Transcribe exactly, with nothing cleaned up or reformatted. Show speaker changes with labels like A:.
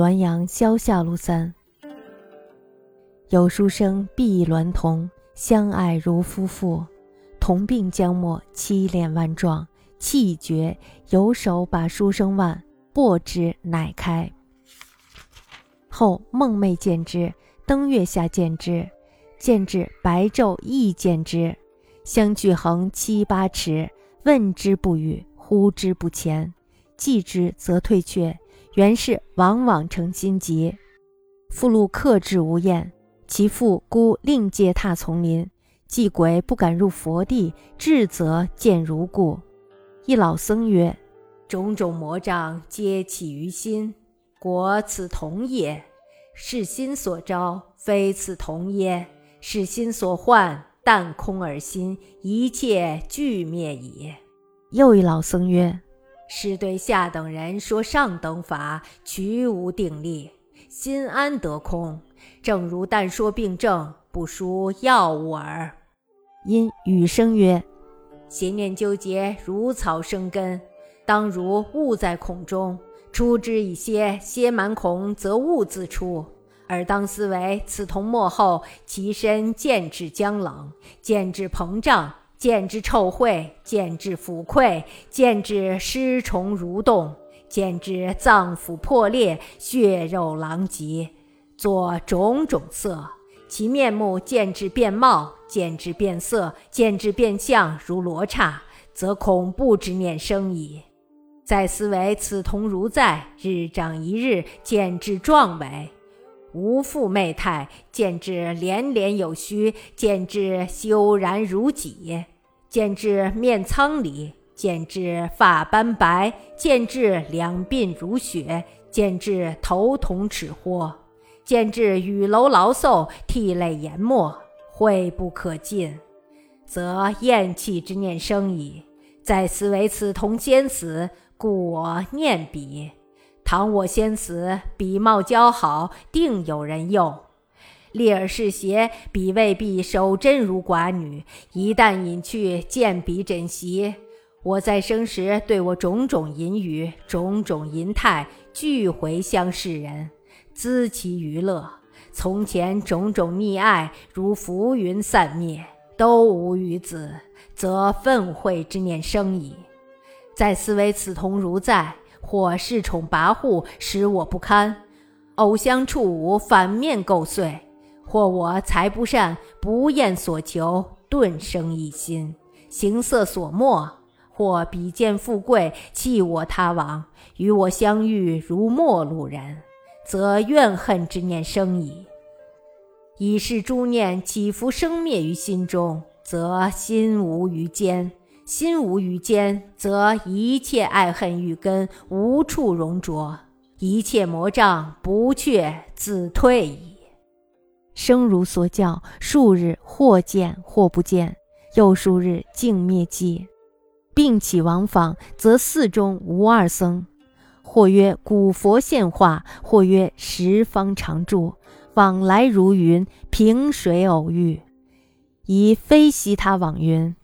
A: 滦阳萧下路三。有书生碧鸾童，相爱如夫妇。同病将没，凄脸万状。气绝，有手把书生腕，拨之乃开。后梦寐见之，登月下见之，见至白昼亦见之，相距横七八尺，问之不语，呼之不前。继之则退却，原是往往成心急。父路克制无厌，其父孤另借踏丛林，祭鬼不敢入佛地，至则见如故。一老僧曰：种种魔障皆起于心，果此同也。是心所招，非此同耶？是心所幻，但空而心，一切俱灭矣。又一老僧曰：是对下等人说上等法，曲无定力，心安得空，正如但说病症，不输药物耳。因语声曰：邪念纠结如草生根，当如物在孔中，出之以歇，歇满孔，则物自出。而当思为此同末后，其身渐至僵冷，渐至膨胀，渐至臭秽，渐至腐溃，渐至尸虫蠕动，渐至脏腑破裂，血肉狼藉，作种种色。其面目渐至变貌，渐至变色，渐至变相，如罗刹，则恐怖之念生矣。再思为此同如在，日长一日，渐至壮伟，无复媚态，渐至连连有须，渐至修然如己，渐至面苍里，渐至发斑白，渐至两鬓如雪，渐至头铜齿豁，渐至雨楼劳嗽，涕泪淹没，秽不可尽，则厌弃之念生矣。再思为此同先死，故我念彼。倘我先死，彼貌姣好，定有人用。立而是邪，彼未必守贞如寡女，一旦隐去，见彼枕席。我在生时对我种种淫语，种种淫态，俱回相世人，资其娱乐。从前种种溺爱，如浮云散灭，都无于子，则愤恚之念生矣。再思为此同如在，或恃宠跋扈，使我不堪，偶相触舞，反面构碎；或我才不善，不厌所求，顿生一心，形色所没；或比见富贵，弃我他往，与我相遇如陌路人，则怨恨之念生矣。以是诸念起伏生灭于心中，则心无余间。心无余间，则一切爱恨欲根无处容着，一切魔障不却自退矣。生如所教，数日或见或不见，又数日竟灭迹。病起往访，则寺中无二僧，或曰古佛现化，或曰十方常住，往来如云，萍水偶遇。宜非悉他往云。